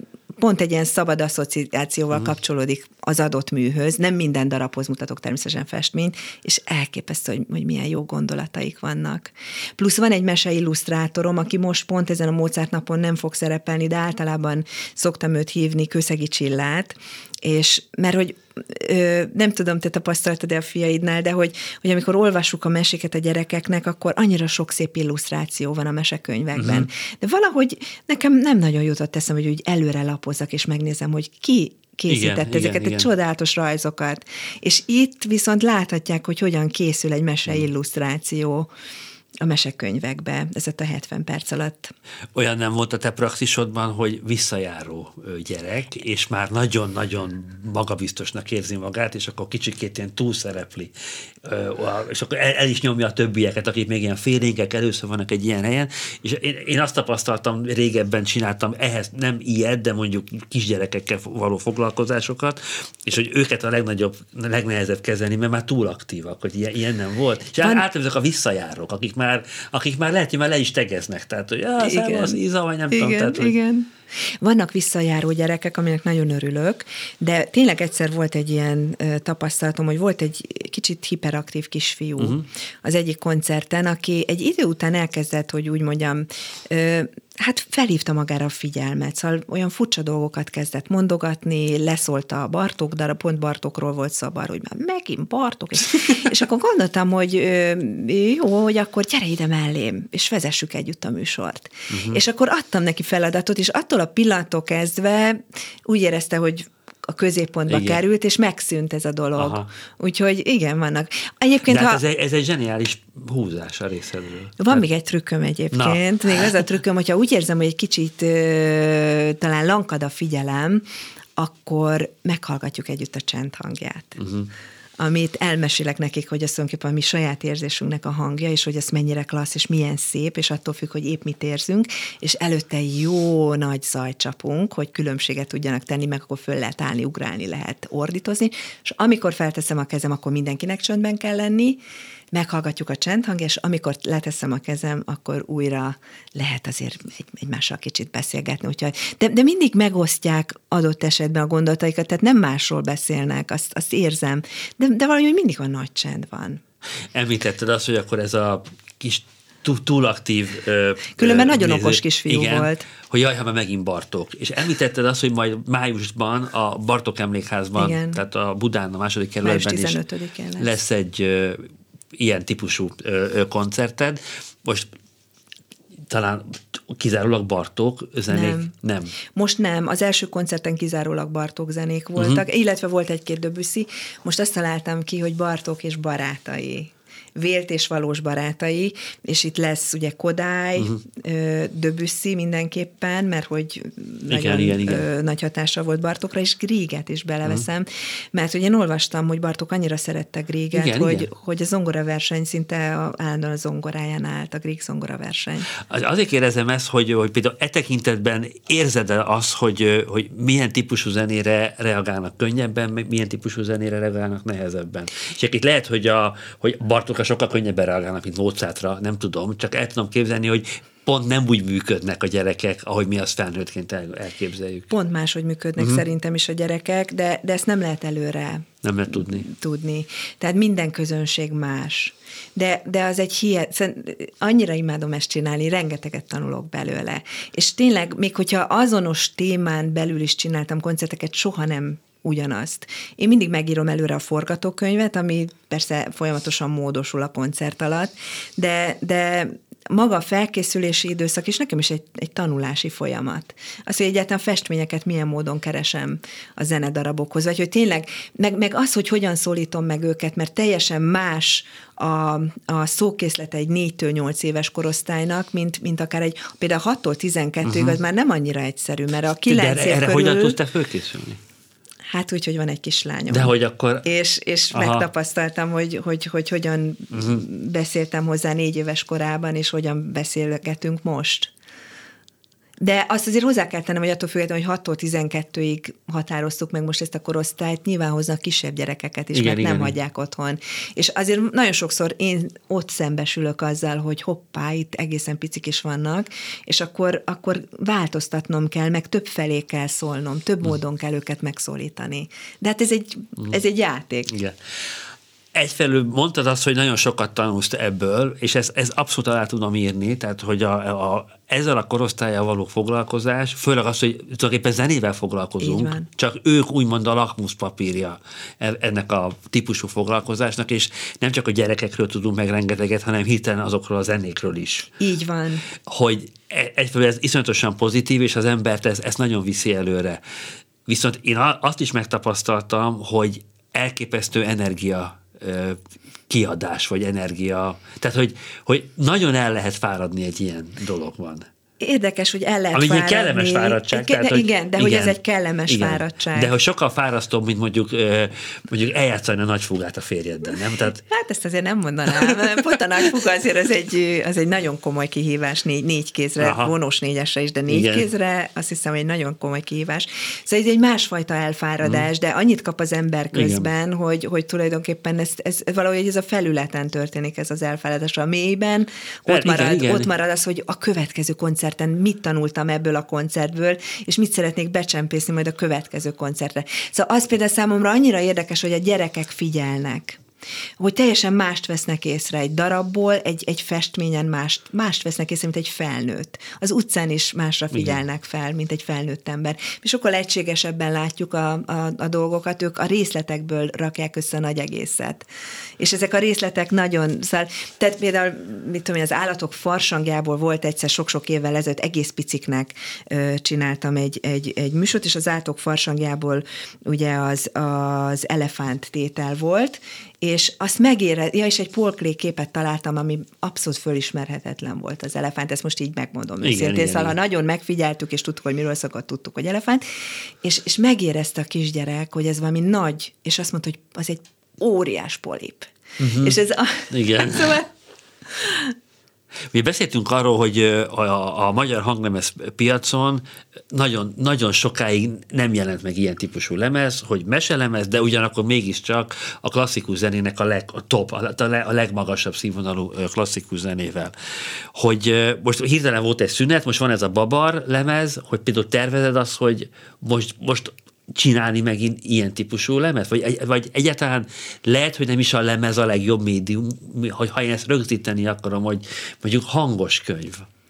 pont egy ilyen szabad asszociációval uh-huh. kapcsolódik az adott műhöz, nem minden darabhoz mutatok természetesen festményt, és elképesztő, hogy, hogy milyen jó gondolataik vannak. Plusz van egy mese illusztrátorom, aki most pont ezen a Mozart napon nem fog szerepelni, de általában szoktam őt hívni, Kőszegi Csillát, és mert hogy ö, nem tudom, te tapasztaltad-e a fiaidnál, de hogy, hogy amikor olvassuk a meséket a gyerekeknek, akkor annyira sok szép illusztráció van a mesekönyvekben. Uh-huh. De valahogy nekem nem nagyon jutott eszem, hogy úgy előre lapozzak, és megnézem, hogy ki készített igen, ezeket igen, a igen. csodálatos rajzokat. És itt viszont láthatják, hogy hogyan készül egy mese illusztráció a mesekönyvekbe, ez a hetven perc alatt. Olyan nem volt a te praxisodban, hogy visszajáró gyerek, és már nagyon-nagyon magabiztosnak érzi magát, és akkor kicsikét ilyen túlszerepli, és akkor el, el is nyomja a többieket, akik még ilyen félénkek, először vannak egy ilyen helyen, és én, én azt tapasztaltam, régebben csináltam ehhez nem ilyet, de mondjuk kisgyerekekkel való foglalkozásokat, és hogy őket a legnagyobb, legnehezebb kezelni, mert már túl aktívak, hogy ilyen, ilyen nem volt. És Van... általában ezek a visszajárók, akik már Már, akik már lehet, hogy már le is tegeznek, tehát, hogy ja, az Iza, vagy nem igen, tudom. Tehát, hogy... igen. Vannak visszajáró gyerekek, aminek nagyon örülök, de tényleg egyszer volt egy ilyen tapasztalatom, hogy volt egy kicsit hiperaktív kisfiú uh-huh. az egyik koncerten, aki egy idő után elkezdett, hogy úgy mondjam, hát felhívta magára a figyelmet, szóval olyan furcsa dolgokat kezdett mondogatni, leszólta a Bartók darab, pont Bartókról volt szó, hogy már megint Bartók, és, és akkor gondoltam, hogy jó, hogy akkor gyere ide mellém, és vezessük együtt a műsort. Uh-huh. És akkor adtam neki feladatot, és attól a pillanattól kezdve úgy érezte, hogy a középpontba igen. került, és megszűnt ez a dolog. Aha. Úgyhogy igen, vannak. Egyébként, de hát ha... ez, egy, ez egy zseniális húzás a részedről. Van Tehát... még egy trükköm egyébként. Na. Még az a trükköm, hogyha úgy érzem, hogy egy kicsit ö, talán lankad a figyelem, akkor meghallgatjuk együtt a csend hangját. Uh-huh. Amit elmesélek nekik, hogy ez tulajdonképpen a mi saját érzésünknek a hangja, és hogy ez mennyire klassz, és milyen szép, és attól függ, hogy épp mit érzünk, és előtte jó nagy zajt csapunk, hogy különbséget tudjanak tenni, meg akkor föl lehet állni, ugrálni lehet, ordítozni, és amikor felteszem a kezem, akkor mindenkinek csöndben kell lenni, meghallgatjuk a csendhangját, és amikor leteszem a kezem, akkor újra lehet azért egy, egymással kicsit beszélgetni. Úgyhogy, de, de mindig megosztják adott esetben a gondolataikat, tehát nem másról beszélnek, azt, azt érzem, de, de valahogy mindig a nagy csend van. Említetted azt, hogy akkor ez a kis túl aktív... Különben nagyon néző, okos kisfiú igen, volt. Hogy jaj, ha már megint Bartók. És említetted azt, hogy majd májusban a Bartók Emlékházban, igen. tehát a Budán, a második kerületben is lesz. lesz egy ö, ilyen típusú ö, koncerted. Most talán kizárólag Bartók zenék? Nem. nem. Most nem. Az első koncerten kizárólag Bartók zenék voltak, uh-huh. illetve volt egy-két Debussy. Most azt találtam ki, hogy Bartók és barátai. Vélt és valós barátai, és itt lesz ugye Kodály, uh-huh. Debussy mindenképpen, mert hogy igen, nagyon igen, igen. nagy hatása volt Bartókra, és Grieget is beleveszem, uh-huh. mert ugye én olvastam, hogy Bartók annyira szerette Grieget, igen, hogy, igen. hogy a zongoraverseny szinte állandóan a zongoráján állt, a Grieg zongoraverseny. Az, azért kérdezem ezt, hogy, hogy például e tekintetben érzed-e azt, hogy, hogy milyen típusú zenére reagálnak könnyebben, milyen típusú zenére reagálnak nehezebben. És itt lehet, hogy, a, hogy Bartókra sokkal könnyebben reagálnak, mint Mozartra, nem tudom, csak el tudom képzelni, hogy pont nem úgy működnek a gyerekek, ahogy mi azt felnőttként elképzeljük. Pont máshogy működnek uh-huh. szerintem is a gyerekek, de, de ezt nem lehet előre nem lehet tudni. tudni. Tehát minden közönség más. De, de az egy hihet, annyira imádom ezt csinálni, rengeteget tanulok belőle. És tényleg, még hogyha azonos témán belül is csináltam koncerteket, soha nem ugyanazt. Én mindig megírom előre a forgatókönyvet, ami persze folyamatosan módosul a koncert alatt, de, de maga a felkészülési időszak is nekem is egy, egy tanulási folyamat. Az, hogy egyáltalán festményeket milyen módon keresem a zenedarabokhoz, vagy hogy tényleg, meg, meg az, hogy hogyan szólítom meg őket, mert teljesen más a, a szókészlete egy négytől nyolc éves korosztálynak, mint, mint akár egy, például hattól tizenkettőig, uh-huh. az már nem annyira egyszerű, mert a kilenc év erre körül... hogyan tudsz te fölkészülni? Hát úgy, hogy van egy kislányom. De hogy akkor... És, és megtapasztaltam, hogy, hogy, hogy hogyan uh-huh. beszéltem hozzá négy éves korában, és hogyan beszélgetünk most. De azt azért hozzá kell tennem, hogy attól függetlenül, hogy hattól tizenkettőig határoztuk meg most ezt a korosztályt, nyilván hoznak kisebb gyerekeket is, igen, mert igen, nem igen. hagyják otthon. És azért nagyon sokszor én ott szembesülök azzal, hogy hoppá, itt egészen picik is vannak, és akkor, akkor változtatnom kell, meg több felé kell szólnom, több mm. módon kell őket megszólítani. De hát ez egy, mm. ez egy játék. Igen. Egyfelől mondtad azt, hogy nagyon sokat tanulsz ebből, és ez, ez abszolút alá tudom írni, tehát hogy a, a, ezzel a korosztállyal való foglalkozás, főleg az, hogy tulajdonképpen zenével foglalkozunk, csak ők úgymond a lakmuszpapírja ennek a típusú foglalkozásnak, és nem csak a gyerekekről tudunk meg rengeteget, hanem hirtelen azokról a zenékről is. Így van. Hogy egyfelől ez iszonyatosan pozitív, és az embert ez, ez nagyon viszi előre. Viszont én azt is megtapasztaltam, hogy elképesztő energia kiadás, vagy energia. Tehát, hogy, hogy nagyon el lehet fáradni egy ilyen dologban. Érdekes, hogy el lehet Ami fáradni. Ami egy kellemes fáradtság. Igen, tehát, hogy, igen de igen, hogy ez egy kellemes igen, fáradtság. De hogy sokkal fárasztóbb, mint mondjuk, mondjuk eljátszani a nagyfúgát a férjeddel, nem? Tehát... Hát ezt azért nem mondanám. Pont a nagyfúga azért az egy, az egy nagyon komoly kihívás, négy, négy kézre, aha. vonós négyesre is, de négy igen. kézre azt hiszem, hogy egy nagyon komoly kihívás. Szóval ez egy másfajta elfáradás, hmm. de annyit kap az ember közben, hogy, hogy tulajdonképpen ez, ez valahogy ez a felületen történik, ez az elfáradás. A mélyben ott, igen, marad, igen. ott marad az, hogy a következő koncerten mit tanultam ebből a koncertből, és mit szeretnék becsempészni majd a következő koncertre. Szóval az például számomra annyira érdekes, hogy a gyerekek figyelnek, hogy teljesen mást vesznek észre egy darabból, egy, egy festményen mást, mást vesznek észre, mint egy felnőtt. Az utcán is másra figyelnek fel, mint egy felnőtt ember. Mi sokkal egységesebben látjuk a, a, a dolgokat, ők a részletekből rakják össze a nagy egészet. És ezek a részletek nagyon... Szóval, tehát például, mit tudom én, az állatok farsangjából volt egyszer sok-sok évvel ezelőtt, egész piciknek ö, csináltam egy, egy, egy műsort, és az állatok farsangjából ugye az, az elefánt tétel volt, és azt megére, ja, és egy Paul Klee képet találtam, ami abszolút fölismerhetetlen volt az elefánt, ezt most így megmondom őszintén, szóval nagyon megfigyeltük, és tudtuk, hogy miről szokott, tudtuk, hogy elefánt, és, és megérezte a kisgyerek, hogy ez valami nagy, és azt mondta, hogy az egy óriás polip. Uh-huh. És ez a... Igen. szóval... Mi beszéltünk arról, hogy a, a, a magyar hanglemez piacon nagyon, nagyon sokáig nem jelent meg ilyen típusú lemez, hogy meselemez, de ugyanakkor mégiscsak a klasszikus zenének a, leg, a top, a, a legmagasabb színvonalú klasszikus zenével. Hogy most hirtelen volt egy szünet, most van ez a Babar lemez, hogy például tervezed azt, hogy most, most csinálni megint ilyen típusú lemez? Vagy, vagy egyáltalán lehet, hogy nem is a lemez a legjobb médium, hogy ha én ezt rögzíteni akarom, hogy mondjuk hangos könyv.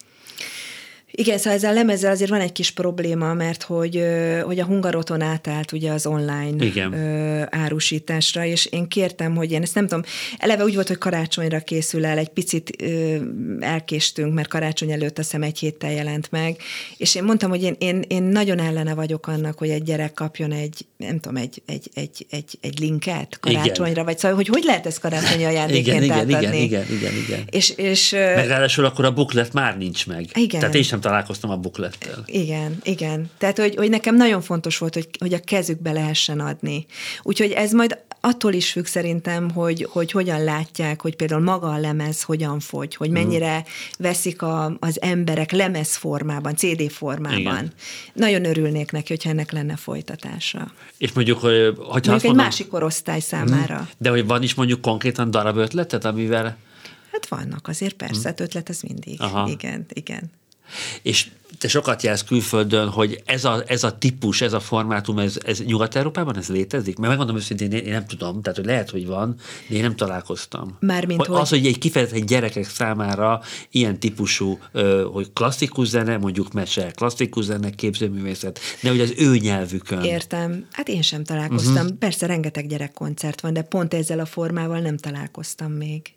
Igen, szóval ezzel a lemezzel azért van egy kis probléma, mert hogy, hogy a Hungaroton átállt ugye az online igen. árusításra, és én kértem, hogy én ezt nem tudom, eleve úgy volt, hogy karácsonyra készül el, egy picit elkéstünk, mert karácsony előtt azt hiszem egy héttel jelent meg, és én mondtam, hogy én, én, én nagyon ellene vagyok annak, hogy egy gyerek kapjon egy, nem tudom, egy, egy, egy, egy, egy linket karácsonyra, igen. vagy szóval, hogy hogy lehet ezt karácsonyi ajándékként igen, átadni? Igen, igen, igen, igen. És, és, meg ráadásul akkor a buklet már nincs meg. Igen. Tehát én sem találkoztam a buklettel. Igen, igen. Tehát, hogy, hogy nekem nagyon fontos volt, hogy, hogy a kezükbe lehessen adni. Úgyhogy ez majd attól is függ szerintem, hogy, hogy hogyan látják, hogy például maga a lemez hogyan fogy, hogy mennyire veszik a, az emberek lemezformában, cé dé formában. Igen. Nagyon örülnék neki, hogyha ennek lenne folytatása. És mondjuk, hogy mondjuk egy mondom, másik korosztály számára. De hogy van is mondjuk konkrétan darab ötletet, amivel... Hát vannak azért, persze, hmm. ötlet ez mindig. Aha. Igen, igen. És te sokat jársz külföldön, hogy ez a, ez a típus, ez a formátum, ez, ez Nyugat-Európában ez létezik? Mert megmondom őszintén, én, én nem tudom, tehát hogy lehet, hogy van, de én nem találkoztam. Mármint hogy, hogy... Az, hogy egy kifejezetten gyerekek számára ilyen típusú, hogy klasszikus zene, mondjuk mese, klasszikus zene, képzőművészet, de hogy az ő nyelvükön. Értem. Hát én sem találkoztam. Uh-huh. Persze rengeteg gyerekkoncert van, de pont ezzel a formával nem találkoztam még.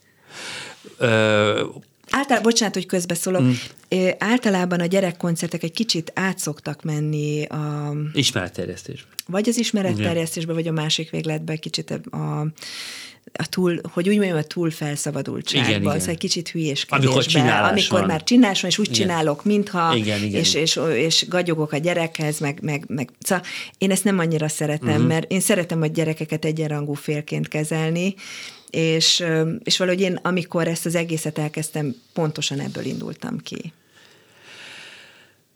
Ö... Általában, bocsánat, hogy közbeszólok, mm. általában a gyerekkoncertek egy kicsit át szoktak menni a... Ismeretterjesztésbe. Vagy az ismeretterjesztésbe, vagy a másik végletbe egy kicsit a, a túl, hogy úgy mondjam, a túl felszabadultságba, az egy kicsit hülyéskedésbe. Amikor csinálás Amikor van. már csinálás van, és úgy igen. csinálok, mintha, igen, igen. És, és, és gagyogok a gyerekhez, meg, meg, meg szóval én ezt nem annyira szeretem, uh-huh. mert én szeretem a gyerekeket egyenrangú félként kezelni, És, és valahogy én, amikor ezt az egészet elkezdtem, pontosan ebből indultam ki.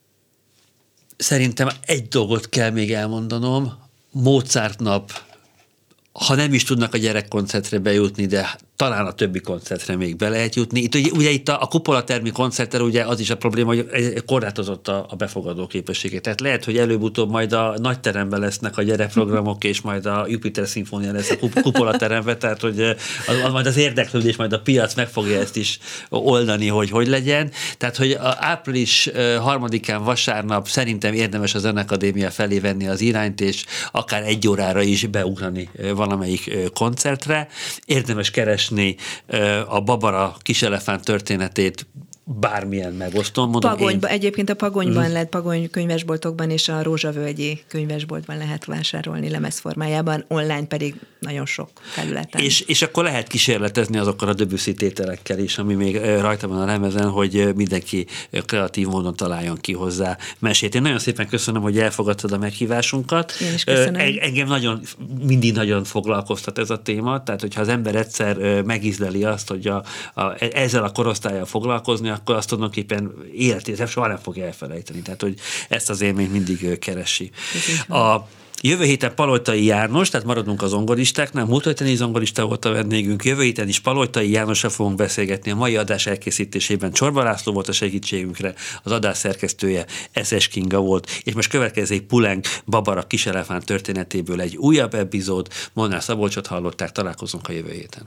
Szerintem egy dolgot kell még elmondanom, Mozart nap, ha nem is tudnak a gyerekkoncertre bejutni, de talán a többi koncertre még be lehet jutni. Itt, ugye, ugye itt a, a kupolatermi koncerttel ugye az is a probléma, hogy korlátozott a, a befogadó képessége. Tehát lehet, hogy előbb-utóbb majd a nagy teremben lesznek a gyerekprogramok, és majd a Jupiter szimfónia lesz a kupolateremben, tehát hogy az, az, majd az érdeklődés, majd a piac meg fogja ezt is oldani, hogy hogy legyen. Tehát, hogy a április harmadikán vasárnap szerintem érdemes a Zenekadémia felé venni az irányt, és akár egy órára is beugrani valamelyik koncertre. Érdemes keresni a Babara Kiselefánt történetét, bármilyen megosztom. Mondom, Pagonyba, én... Egyébként a Pagonyban mm. lehet, Pagony könyvesboltokban és a Rózsavölgyi könyvesboltban lehet vásárolni lemezformájában, online pedig nagyon sok felületen. És, és akkor lehet kísérletezni azokkal a Debussy tételekkel is, ami még rajta van a lemezen, hogy mindenki kreatív módon találjon ki hozzá mesét. Én nagyon szépen köszönöm, hogy elfogadtad a meghívásunkat. Én is köszönöm. Engem nagyon, mindig nagyon foglalkoztat ez a téma, tehát hogyha az ember egyszer megízleli azt, hogy a, a, ezzel a korosztállyal foglalkozni, akkor azt tulajdonképpen életét soha nem fogja elfelejteni. Tehát, hogy ezt az élményt mindig keresi. A jövő héten Palotai János, tehát maradunk az zongoristáknál, múlt héten is zongorista volt a vendégünk, jövő héten is Palotai Jánossal fogunk beszélgetni. A mai adás elkészítésében Csorba László volt a segítségünkre, az adás szerkesztője Eszes Kinga volt, és most következik Poulenc Babara Kiselefánt történetéből egy újabb epizód. Molnár Szabolcsot hallották, találkozunk a jövő héten.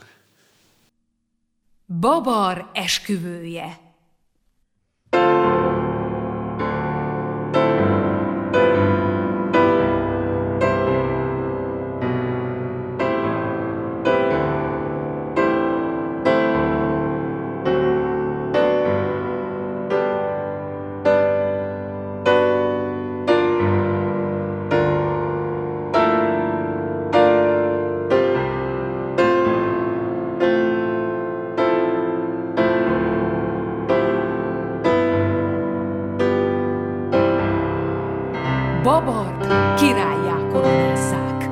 Babar esküvője. Babart királlyá koronázzák.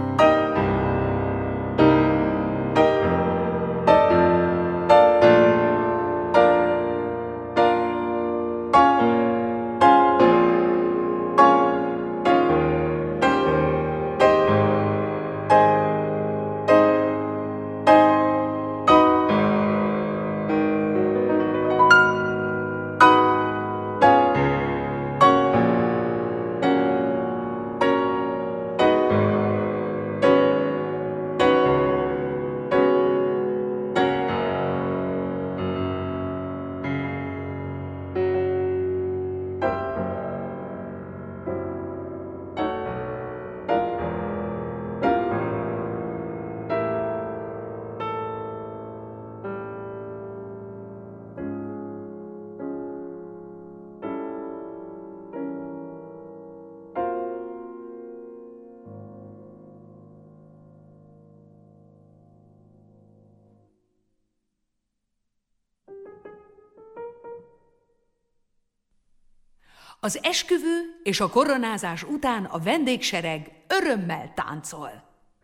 Az esküvő és a koronázás után a vendégsereg örömmel táncol.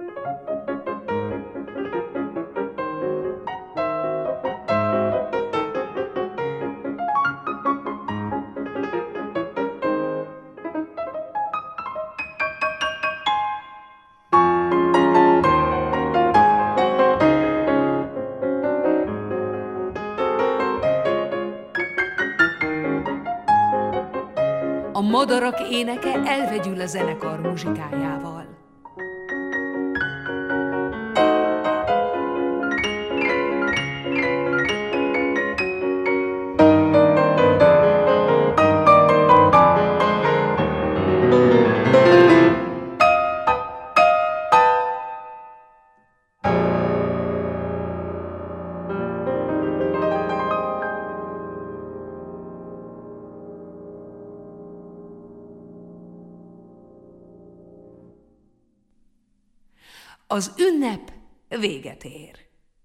A madarak éneke elvegyül a zenekar muzsikájával. Az ünnep véget ér.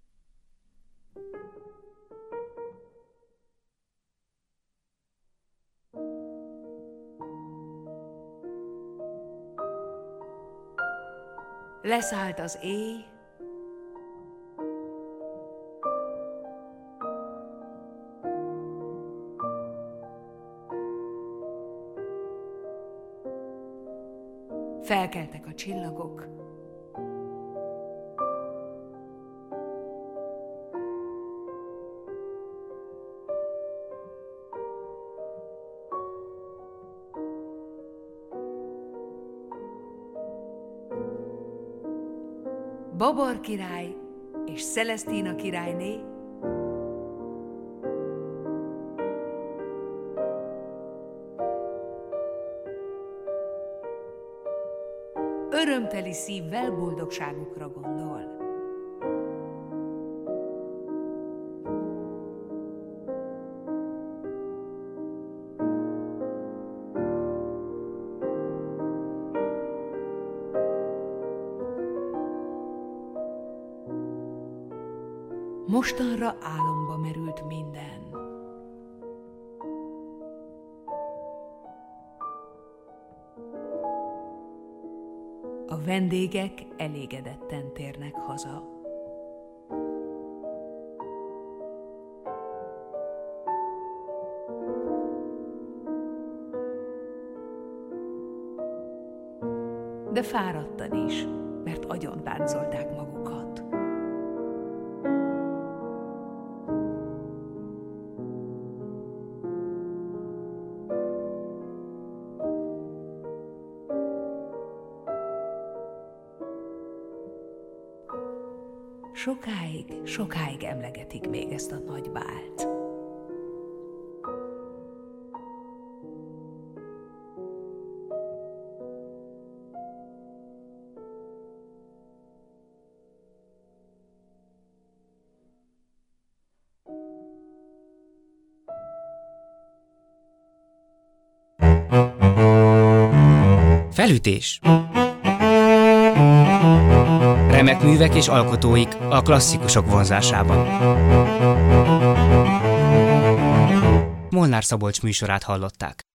Leszállt az éj, felkeltek a csillagok, Babar király és Celestina királyné örömteli szívvel boldogságukra gondol. Mostanra álomba merült minden. A vendégek elégedetten térnek haza. De fáradtan is, mert agyon táncolták magukat. Sokáig, sokáig emlegetik még ezt a nagy bált. Felütés. Remek művek és alkotóik a klasszikusok vonzásában. Molnár Szabolcs műsorát hallották.